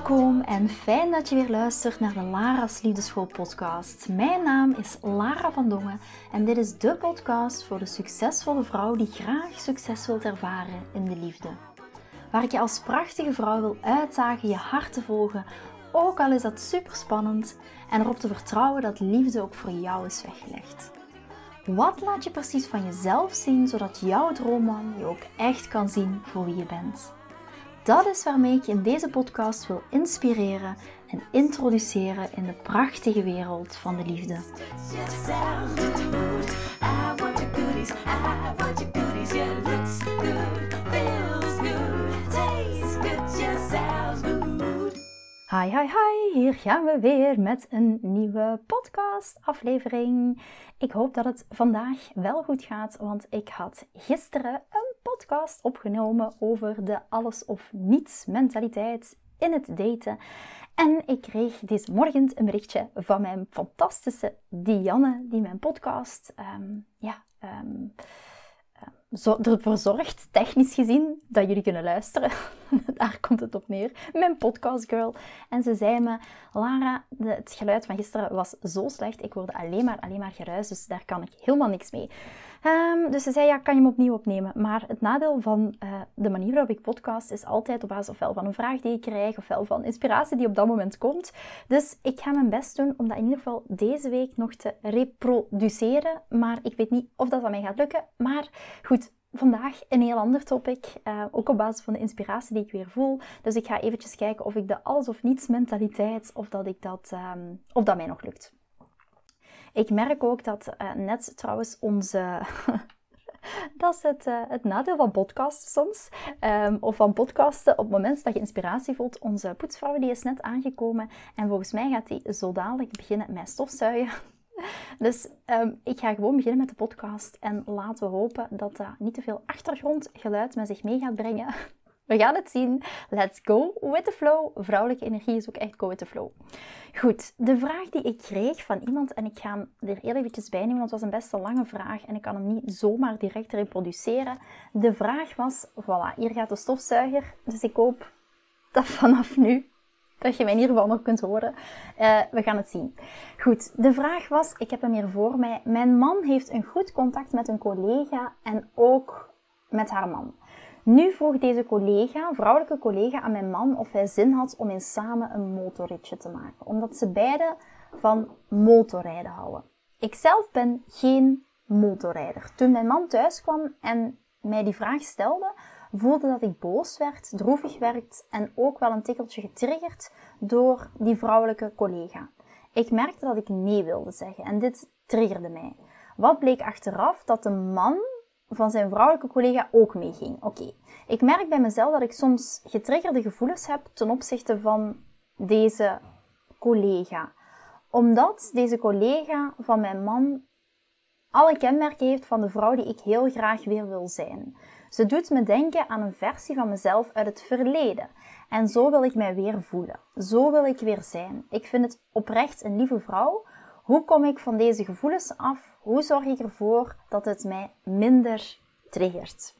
Welkom en fijn dat je weer luistert naar de Lara's Liefdeschool podcast. Mijn naam is Lara van Dongen en dit is de podcast voor de succesvolle vrouw die graag succes wilt ervaren in de liefde. Waar ik je als prachtige vrouw wil uitdagen je hart te volgen, ook al is dat super spannend, en erop te vertrouwen dat liefde ook voor jou is weggelegd. Wat laat je precies van jezelf zien, zodat jouw droomman je ook echt kan zien voor wie je bent? Dat is waarmee ik je in deze podcast wil inspireren en introduceren in de prachtige wereld van de liefde. Hi, hi, hi, hier gaan we weer met een nieuwe podcastaflevering. Ik hoop dat het vandaag wel goed gaat, want ik had gisteren een podcast opgenomen over de alles of niets mentaliteit in het daten. En ik kreeg deze morgen een berichtje van mijn fantastische Dianne, die mijn podcast ervoor zorgt, technisch gezien, dat jullie kunnen luisteren. Daar komt het op neer. Mijn podcast girl. En ze zei me, Lara, het geluid van gisteren was zo slecht. Ik hoorde alleen maar geruis, dus daar kan ik helemaal niks mee. Dus ze zei, ja, kan je hem opnieuw opnemen? Maar het nadeel van de manier waarop ik podcast is altijd op basis ofwel van een vraag die ik krijg, ofwel van inspiratie die op dat moment komt. Dus ik ga mijn best doen om dat in ieder geval deze week nog te reproduceren. Maar ik weet niet of dat aan mij gaat lukken. Maar goed, vandaag een heel ander topic, ook op basis van de inspiratie die ik weer voel. Dus ik ga eventjes kijken of ik de alles of niets mentaliteit, of dat mij nog lukt. Ik merk ook dat net trouwens onze... dat is het nadeel van podcasten soms. Of van podcasten op het moment dat je inspiratie voelt. Onze poetsvrouw die is net aangekomen. En volgens mij gaat die zo dadelijk beginnen met stofzuigen. Dus ik ga gewoon beginnen met de podcast. En laten we hopen dat dat niet te veel achtergrondgeluid met zich mee gaat brengen. We gaan het zien. Let's go with the flow. Vrouwelijke energie is ook echt go with the flow. Goed, de vraag die ik kreeg van iemand, en ik ga hem er heel eventjes bij nemen, want het was een best een lange vraag en ik kan hem niet zomaar direct reproduceren. De vraag was, voilà, hier gaat de stofzuiger, dus ik hoop dat vanaf nu, dat je mij in ieder geval nog kunt horen. We gaan het zien. Goed, de vraag was, ik heb hem hier voor mij, mijn man heeft een goed contact met een collega en ook met haar man. Nu vroeg deze vrouwelijke collega aan mijn man of hij zin had om eens samen een motorritje te maken. Omdat ze beiden van motorrijden houden. Ikzelf ben geen motorrijder. Toen mijn man thuis kwam en mij die vraag stelde, voelde dat ik boos werd, droevig werd en ook wel een tikkeltje getriggerd door die vrouwelijke collega. Ik merkte dat ik nee wilde zeggen en dit triggerde mij. Wat bleek achteraf? Dat de man van zijn vrouwelijke collega ook meeging. Oké. Ik merk bij mezelf dat ik soms getriggerde gevoelens heb ten opzichte van deze collega. Omdat deze collega van mijn man alle kenmerken heeft van de vrouw die ik heel graag weer wil zijn. Ze doet me denken aan een versie van mezelf uit het verleden. En zo wil ik mij weer voelen. Zo wil ik weer zijn. Ik vind het oprecht een lieve vrouw. Hoe kom ik van deze gevoelens af? Hoe zorg ik ervoor dat het mij minder triggert?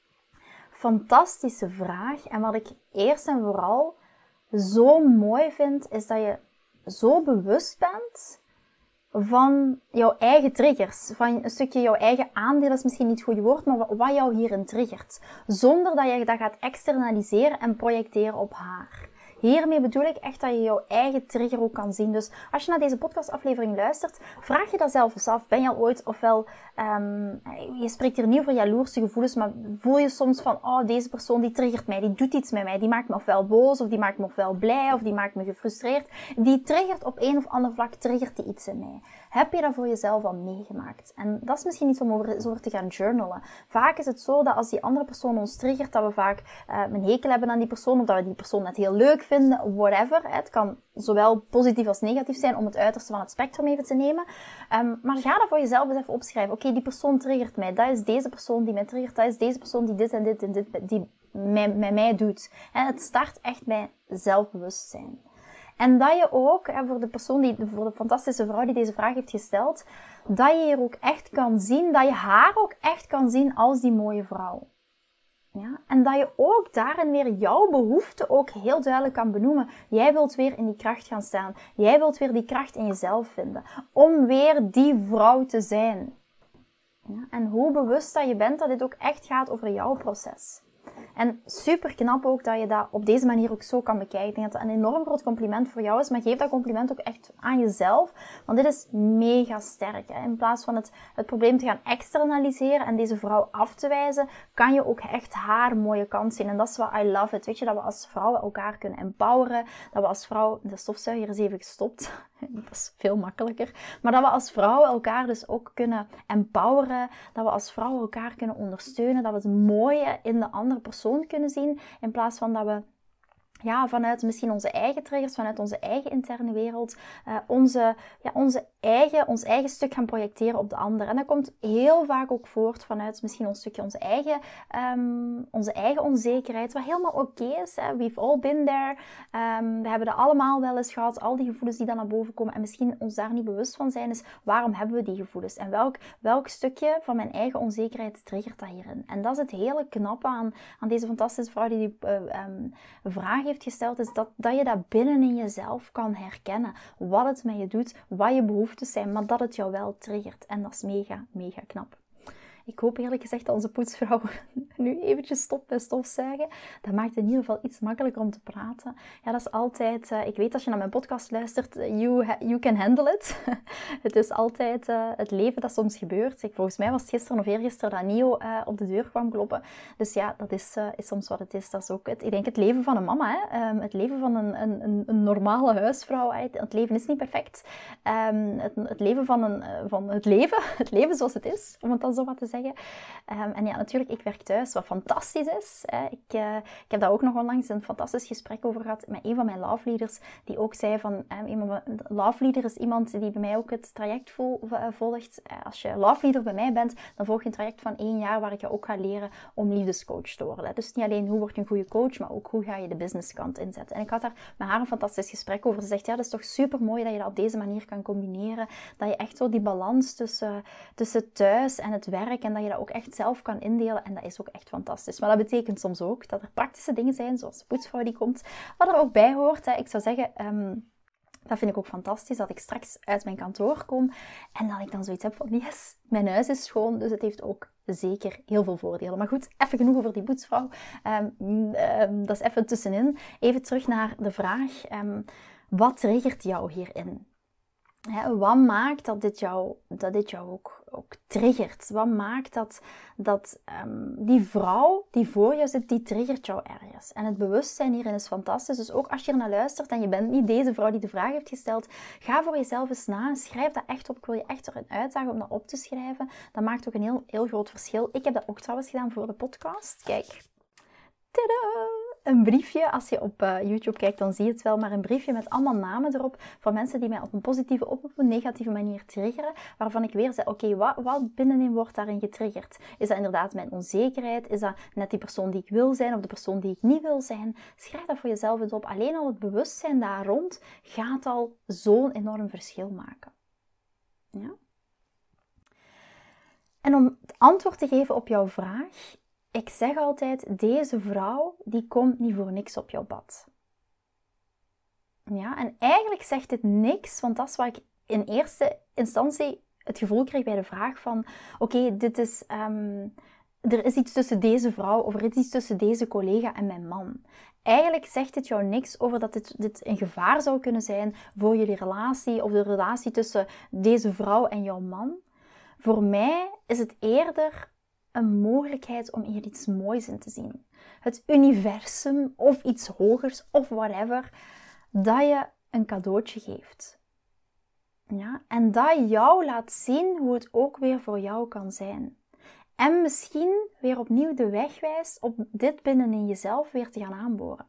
Fantastische vraag. En wat ik eerst en vooral zo mooi vind, is dat je zo bewust bent van jouw eigen triggers. Van een stukje jouw eigen aandeel is misschien niet het goede woord, maar wat jou hierin triggert. Zonder dat je dat gaat externaliseren en projecteren op haar. Hiermee bedoel ik echt dat je jouw eigen trigger ook kan zien. Dus als je naar deze podcastaflevering luistert, vraag je dat zelf eens af. Ben je al ooit, ofwel, je spreekt hier niet over jaloerse gevoelens, maar voel je soms van, oh, deze persoon die triggert mij, die doet iets met mij, die maakt me ofwel boos, of die maakt me ofwel blij, of die maakt me gefrustreerd. Die triggert op een of ander vlak, triggert die iets in mij. Heb je dat voor jezelf al meegemaakt? En dat is misschien iets om over te gaan journalen. Vaak is het zo dat als die andere persoon ons triggert, dat we vaak een hekel hebben aan die persoon, of dat we die persoon net heel leuk vinden, whatever. Het kan zowel positief als negatief zijn, om het uiterste van het spectrum even te nemen. Maar ga dat voor jezelf eens even opschrijven. Oké, die persoon triggert mij. Dat is deze persoon die mij triggert. Dat is deze persoon die dit en dit en dit die met mij doet. Het start echt bij zelfbewustzijn. En dat je ook, voor de fantastische vrouw die deze vraag heeft gesteld, dat je hier ook echt kan zien, dat je haar ook echt kan zien als die mooie vrouw. Ja? En dat je ook daarin weer jouw behoeften ook heel duidelijk kan benoemen. Jij wilt weer in die kracht gaan staan. Jij wilt weer die kracht in jezelf vinden. Om weer die vrouw te zijn. Ja? En hoe bewust dat je bent dat dit ook echt gaat over jouw proces. En super knap ook dat je dat op deze manier ook zo kan bekijken. Ik denk dat dat een enorm groot compliment voor jou is, maar geef dat compliment ook echt aan jezelf. Want dit is mega sterk. Hè? In plaats van het probleem te gaan externaliseren en deze vrouw af te wijzen, kan je ook echt haar mooie kant zien. En dat is wat I love it. Weet je, dat we als vrouwen elkaar kunnen empoweren. Dat we als vrouw, de stofzuiger is even gestopt. Dat is veel makkelijker. Maar dat we als vrouwen elkaar dus ook kunnen empoweren. Dat we als vrouwen elkaar kunnen ondersteunen. Dat we het mooie in de andere persoon kunnen zien. In plaats van dat we vanuit misschien onze eigen triggers, vanuit onze eigen interne wereld, ons eigen stuk gaan projecteren op de ander. En dat komt heel vaak ook voort vanuit misschien ons stukje onze eigen onzekerheid, wat helemaal oké is. Hè? We've all been there. We hebben dat allemaal wel eens gehad, al die gevoelens die dan naar boven komen en misschien ons daar niet bewust van zijn, is waarom hebben we die gevoelens? En welk stukje van mijn eigen onzekerheid triggert dat hierin? En dat is het hele knappe aan deze fantastische vrouw die vraag heeft gesteld, is dat je dat binnen in jezelf kan herkennen. Wat het met je doet, wat je behoeftes zijn, maar dat het jou wel triggert. En dat is mega, mega knap. Ik hoop eerlijk gezegd dat onze poetsvrouw nu eventjes stopt bij stofzuigen. Dat maakt het in ieder geval iets makkelijker om te praten. Ja, dat is altijd... ik weet als je naar mijn podcast luistert, you can handle it. Het is altijd het leven dat soms gebeurt. Volgens mij was het gisteren of eergisteren dat Nio op de deur kwam kloppen. Dus ja, dat is soms wat het is. Dat is ook ik denk het leven van een mama. Hè? Het leven van een normale huisvrouw. Het leven is niet perfect. Het leven van het leven. Het leven zoals het is, om het dan zo wat te zeggen. En ja, natuurlijk, ik werk thuis, wat fantastisch is. Ik heb daar ook nog onlangs een fantastisch gesprek over gehad met een van mijn love leaders, die ook zei van, love leader is iemand die bij mij ook het traject volgt. Als je love leader bij mij bent, dan volg je een traject van 1 jaar waar ik je ook ga leren om liefdescoach te worden. Dus niet alleen hoe word je een goede coach, maar ook hoe ga je de businesskant inzetten. En ik had daar met haar een fantastisch gesprek over. Ze zegt, ja, dat is toch super mooi dat je dat op deze manier kan combineren. Dat je echt zo die balans tussen thuis en het werk, en dat je dat ook echt zelf kan indelen. En dat is ook echt fantastisch. Maar dat betekent soms ook dat er praktische dingen zijn, zoals de poetsvrouw die komt, wat er ook bij hoort. Hè. Ik zou zeggen, dat vind ik ook fantastisch, dat ik straks uit mijn kantoor kom en dat ik dan zoiets heb van, yes, mijn huis is schoon, dus het heeft ook zeker heel veel voordelen. Maar goed, even genoeg over die poetsvrouw. Dat is even tussenin. Even terug naar de vraag, wat triggert jou hierin? Wat maakt dat dit jou ook triggert? Wat maakt dat die vrouw die voor jou zit, die triggert jou ergens? En het bewustzijn hierin is fantastisch. Dus ook als je er naar luistert en je bent niet deze vrouw die de vraag heeft gesteld, ga voor jezelf eens na en schrijf dat echt op. Ik wil je echt erin uitdagen om dat op te schrijven. Dat maakt ook een heel, heel groot verschil. Ik heb dat ook trouwens gedaan voor de podcast. Kijk. Tadaa! Een briefje, als je op YouTube kijkt, dan zie je het wel, maar een briefje met allemaal namen erop van mensen die mij op een positieve of op een negatieve manier triggeren, waarvan ik weer zeg, oké, wat binnenin wordt daarin getriggerd? Is dat inderdaad mijn onzekerheid? Is dat net die persoon die ik wil zijn of de persoon die ik niet wil zijn? Schrijf dat voor jezelf eens op. Alleen al het bewustzijn daar rond gaat al zo'n enorm verschil maken. Ja? En om het antwoord te geven op jouw vraag, ik zeg altijd, deze vrouw, die komt niet voor niks op jouw pad. Ja, en eigenlijk zegt dit niks, want dat is waar ik in eerste instantie het gevoel kreeg bij de vraag van, oké, dit is, er is iets tussen deze vrouw of er is iets tussen deze collega en mijn man. Eigenlijk zegt dit jou niks over dat dit een gevaar zou kunnen zijn voor jullie relatie of de relatie tussen deze vrouw en jouw man. Voor mij is het eerder een mogelijkheid om hier iets moois in te zien. Het universum of iets hogers of whatever, dat je een cadeautje geeft. Ja? En dat jou laat zien hoe het ook weer voor jou kan zijn. En misschien weer opnieuw de weg wijst om dit binnenin jezelf weer te gaan aanboren.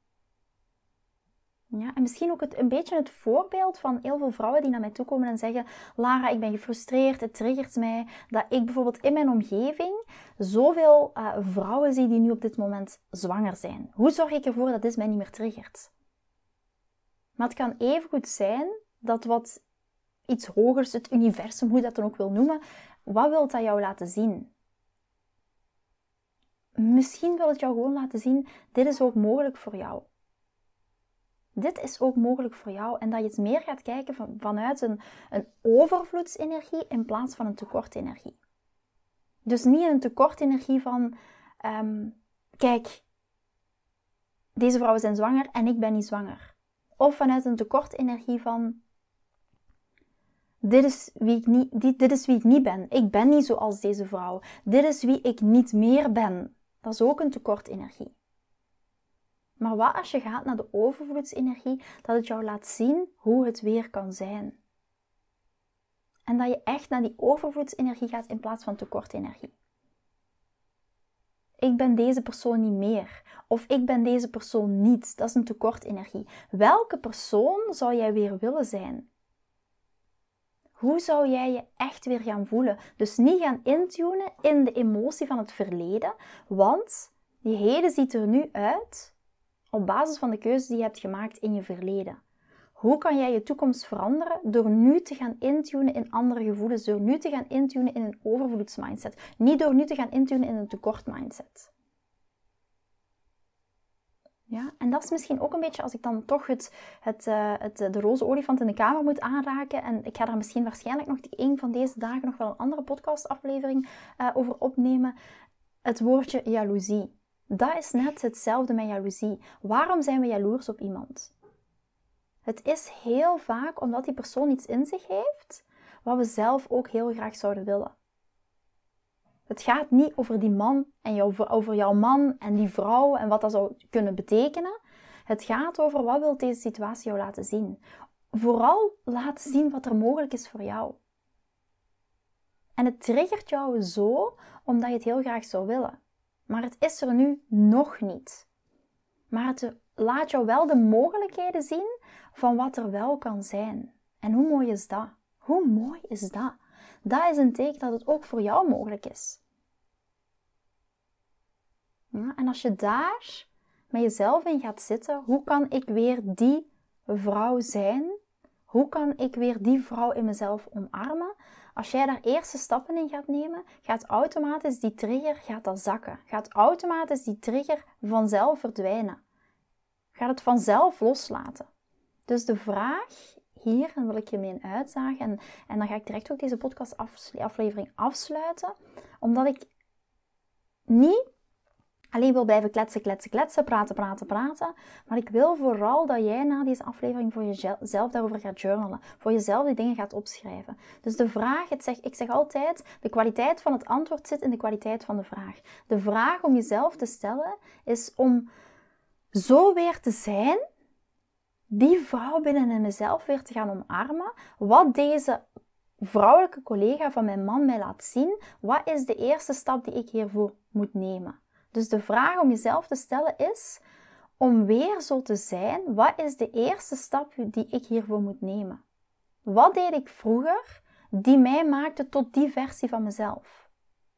Ja, en misschien ook een beetje het voorbeeld van heel veel vrouwen die naar mij toe komen en zeggen, Lara, ik ben gefrustreerd, het triggert mij dat ik bijvoorbeeld in mijn omgeving zoveel vrouwen zie die nu op dit moment zwanger zijn. Hoe zorg ik ervoor dat dit mij niet meer triggert? Maar het kan even goed zijn dat wat iets hogers, het universum, hoe je dat dan ook wil noemen, wat wil dat jou laten zien? misschien wil het jou gewoon laten zien, dit is ook mogelijk voor jou. Dit is ook mogelijk voor jou. En dat je het meer gaat kijken vanuit een overvloedsenergie in plaats van een tekortenergie. Dus niet een tekortenergie van, kijk, deze vrouwen zijn zwanger en ik ben niet zwanger. Of vanuit een tekortenergie van, dit is wie ik niet ben. Ik ben niet zoals deze vrouw. Dit is wie ik niet meer ben. Dat is ook een tekortenergie. Maar wat als je gaat naar de overvloedsenergie, dat het jou laat zien hoe het weer kan zijn. En dat je echt naar die overvloedsenergie gaat in plaats van tekortenergie. Ik ben deze persoon niet meer. Of ik ben deze persoon niet. Dat is een tekortenergie. Welke persoon zou jij weer willen zijn? Hoe zou jij je echt weer gaan voelen? Dus niet gaan intunen in de emotie van het verleden. Want die heden ziet er nu uit op basis van de keuzes die je hebt gemaakt in je verleden. Hoe kan jij je toekomst veranderen? Door nu te gaan intunen in andere gevoelens. Door nu te gaan intunen in een overvloedsmindset. Niet door nu te gaan intunen in een tekortmindset. Ja, en dat is misschien ook een beetje als ik dan toch de roze olifant in de kamer moet aanraken. En ik ga daar misschien waarschijnlijk nog een van deze dagen nog wel een andere podcastaflevering over opnemen. Het woordje jaloezie. Dat is net hetzelfde met jaloezie. Waarom zijn we jaloers op iemand? Het is heel vaak omdat die persoon iets in zich heeft wat we zelf ook heel graag zouden willen. Het gaat niet over die man en over jouw man en die vrouw en wat dat zou kunnen betekenen. Het gaat over wat wil deze situatie jou laten zien. Vooral laten zien wat er mogelijk is voor jou. En het triggert jou zo omdat je het heel graag zou willen. Maar het is er nu nog niet. Maar het laat jou wel de mogelijkheden zien van wat er wel kan zijn. En hoe mooi is dat? Hoe mooi is dat? Dat is een teken dat het ook voor jou mogelijk is. Ja, en als je daar met jezelf in gaat zitten, hoe kan ik weer die vrouw zijn? Hoe kan ik weer die vrouw in mezelf omarmen? Als jij daar eerste stappen in gaat nemen, gaat automatisch die trigger zakken. Gaat automatisch die trigger vanzelf verdwijnen. Gaat het vanzelf loslaten. Dus de vraag hier, en wil ik je mee in uitdagen, en dan ga ik direct ook deze podcastaflevering afsluiten, omdat ik niet alleen wil blijven kletsen, praten, maar ik wil vooral dat jij na deze aflevering voor jezelf daarover gaat journalen, voor jezelf die dingen gaat opschrijven. Dus de vraag, ik zeg altijd, de kwaliteit van het antwoord zit in de kwaliteit van de vraag. De vraag om jezelf te stellen is om zo weer te zijn, die vrouw binnen in mezelf weer te gaan omarmen, wat deze vrouwelijke collega van mijn man mij laat zien, wat is de eerste stap die ik hiervoor moet nemen? Dus de vraag om jezelf te stellen is, om weer zo te zijn, wat is de eerste stap die ik hiervoor moet nemen? Wat deed ik vroeger die mij maakte tot die versie van mezelf?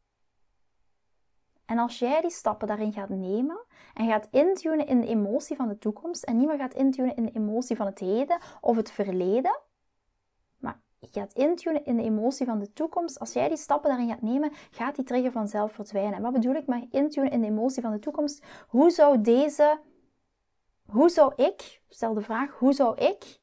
En als jij die stappen daarin gaat nemen en gaat intunen in de emotie van de toekomst en niet meer gaat intunen in de emotie van het heden of het verleden, maar je gaat intunen in de emotie van de toekomst. Als jij die stappen daarin gaat nemen, gaat die trigger vanzelf verdwijnen. En wat bedoel ik met intunen in de emotie van de toekomst? Hoe zou ik, stel de vraag, hoe zou ik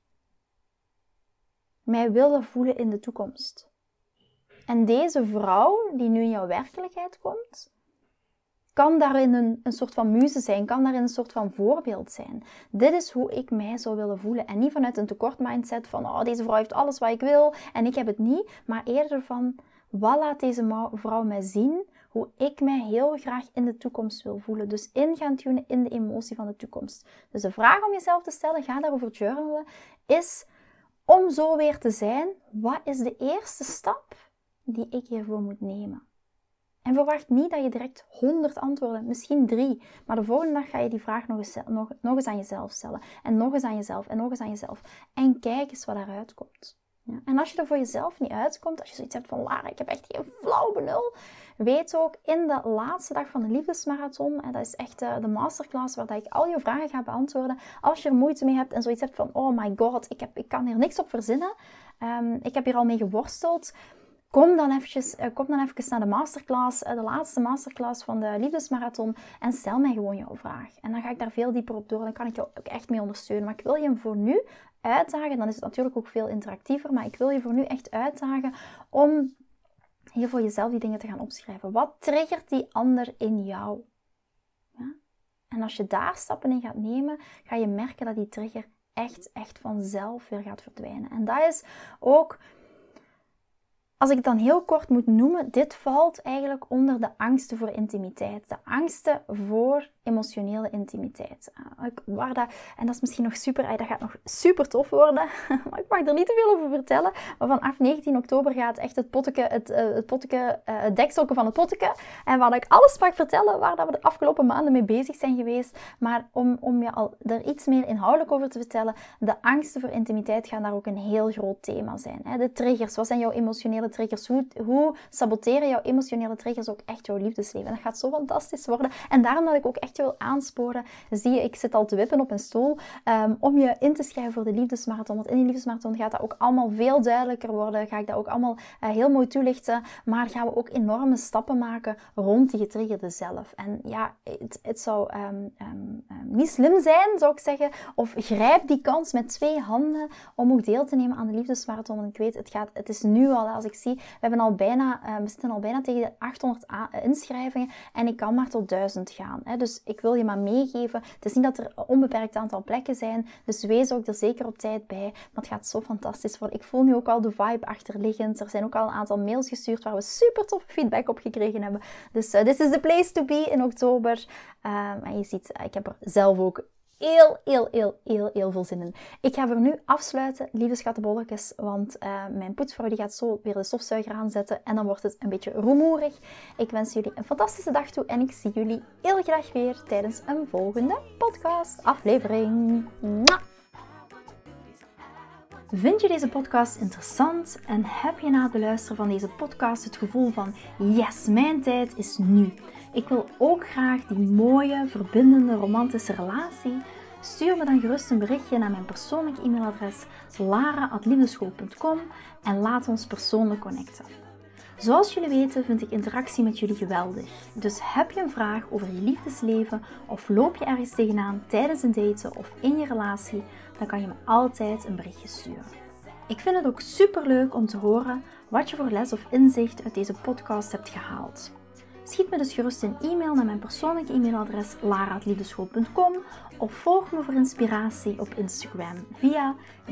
mij willen voelen in de toekomst? En deze vrouw die nu in jouw werkelijkheid komt, kan daarin een soort van muze zijn, kan daarin een soort van voorbeeld zijn. Dit is hoe ik mij zou willen voelen. En niet vanuit een tekortmindset van, oh, deze vrouw heeft alles wat ik wil en ik heb het niet. Maar eerder van, wat laat deze vrouw mij zien? Hoe ik mij heel graag in de toekomst wil voelen. Dus in gaan tunen in de emotie van de toekomst. Dus de vraag om jezelf te stellen, ga daarover journalen, is om zo weer te zijn, wat is de eerste stap die ik hiervoor moet nemen? En verwacht niet dat je direct 100 antwoorden, misschien 3. Maar de volgende dag ga je die vraag nog eens aan jezelf stellen. En nog eens aan jezelf, en nog eens aan jezelf. En kijk eens wat daaruit komt. Ja. En als je er voor jezelf niet uitkomt, als je zoiets hebt van, Lara, ik heb echt geen flauw benul. Weet ook, in de laatste dag van de liefdesmarathon, en dat is echt de masterclass waar ik al je vragen ga beantwoorden. Als je er moeite mee hebt en zoiets hebt van, oh my god, ik kan hier niks op verzinnen. Ik heb hier al mee geworsteld. Kom dan even naar de masterclass, de laatste masterclass van de Liefdesmarathon en stel mij gewoon jouw vraag. En dan ga ik daar veel dieper op door, dan kan ik jou ook echt mee ondersteunen. Maar ik wil je hem voor nu uitdagen, dan is het natuurlijk ook veel interactiever, maar ik wil je voor nu echt uitdagen om hier voor jezelf die dingen te gaan opschrijven. Wat triggert die ander in jou? Ja? En als je daar stappen in gaat nemen, ga je merken dat die trigger echt vanzelf weer gaat verdwijnen. En dat is ook, als ik het dan heel kort moet noemen, dit valt eigenlijk onder de angsten voor intimiteit. De angsten voor emotionele intimiteit. En dat is misschien nog dat gaat nog super tof worden, maar ik mag er niet te veel over vertellen. Maar vanaf 19 oktober gaat echt het dekselke van het potteke. En waar ik alles mag vertellen, waar dat we de afgelopen maanden mee bezig zijn geweest. Maar om je al er iets meer inhoudelijk over te vertellen, de angsten voor intimiteit gaan daar ook een heel groot thema zijn. De triggers, wat zijn jouw emotionele triggers? Hoe saboteren jouw emotionele triggers ook echt jouw liefdesleven? En dat gaat zo fantastisch worden. En daarom dat ik ook echt je wil aansporen, zie je, ik zit al te wippen op een stoel, om je in te schrijven voor de Liefdesmarathon. Want in die Liefdesmarathon gaat dat ook allemaal veel duidelijker worden. Ga ik dat ook allemaal heel mooi toelichten. Maar gaan we ook enorme stappen maken rond die getriggerde zelf. En ja, het zou niet slim zijn, zou ik zeggen. Of grijp die kans met 2 handen om ook deel te nemen aan de Liefdesmarathon. En ik weet, het is nu al, als ik zie, we zitten al bijna tegen de 800 inschrijvingen. En ik kan maar tot 1000 gaan. Dus ik wil je maar meegeven. Het is niet dat er een onbeperkt aantal plekken zijn. Dus wees ook er zeker op tijd bij. Maar het gaat zo fantastisch worden. Ik voel nu ook al de vibe achterliggend. Er zijn ook al een aantal mails gestuurd waar we super toffe feedback op gekregen hebben. Dus this is the place to be in oktober. En je ziet, ik heb er zelf ook heel veel zin in. Ik ga voor nu afsluiten, lieve schattenbolletjes, want mijn poetsvrouw die gaat zo weer de stofzuiger aanzetten en dan wordt het een beetje rumoerig. Ik wens jullie een fantastische dag toe en ik zie jullie heel graag weer tijdens een volgende podcast-aflevering. Vind je deze podcast interessant en heb je na het beluisteren van deze podcast het gevoel van yes, mijn tijd is nu. Ik wil ook graag die mooie, verbindende, romantische relatie. Stuur me dan gerust een berichtje naar mijn persoonlijk e-mailadres lara@liefdeschool.com en laat ons persoonlijk connecten. Zoals jullie weten vind ik interactie met jullie geweldig. Dus heb je een vraag over je liefdesleven of loop je ergens tegenaan tijdens een daten of in je relatie, dan kan je me altijd een berichtje sturen. Ik vind het ook superleuk om te horen wat je voor les of inzicht uit deze podcast hebt gehaald. Schiet me dus gerust een e-mail naar mijn persoonlijke e-mailadres lara@liefdeschool.com of volg me voor inspiratie op Instagram via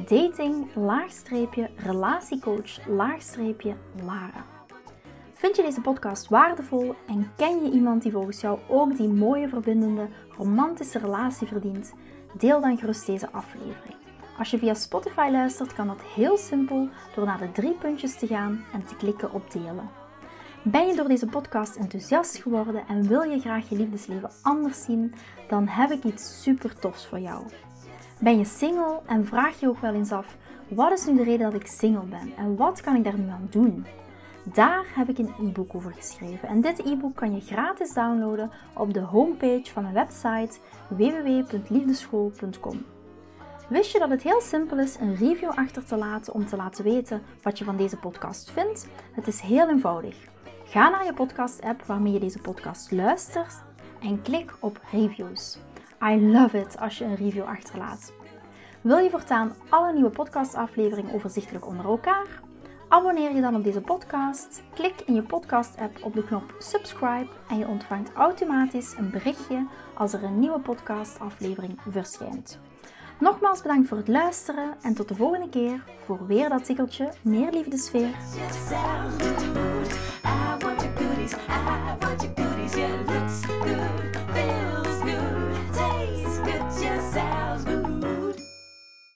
dating-relatiecoach-lara. Vind je deze podcast waardevol en ken je iemand die volgens jou ook die mooie, verbindende, romantische relatie verdient? Deel dan gerust deze aflevering. Als je via Spotify luistert, kan dat heel simpel door naar de 3 puntjes te gaan en te klikken op delen. Ben je door deze podcast enthousiast geworden en wil je graag je liefdesleven anders zien, dan heb ik iets super tofs voor jou. Ben je single en vraag je ook wel eens af, wat is nu de reden dat ik single ben en wat kan ik daar nu aan doen? Daar heb ik een e-book over geschreven en dit e-book kan je gratis downloaden op de homepage van mijn website www.liefdeschool.com. Wist je dat het heel simpel is een review achter te laten om te laten weten wat je van deze podcast vindt? Het is heel eenvoudig. Ga naar je podcast-app waarmee je deze podcast luistert en klik op reviews. I love it als je een review achterlaat. Wil je voortaan alle nieuwe podcastafleveringen overzichtelijk onder elkaar? Abonneer je dan op deze podcast, klik in je podcast-app op de knop subscribe en je ontvangt automatisch een berichtje als er een nieuwe podcastaflevering verschijnt. Nogmaals bedankt voor het luisteren en tot de volgende keer voor weer dat tikkeltje meer liefdesfeer. I want your goodies, yeah, looks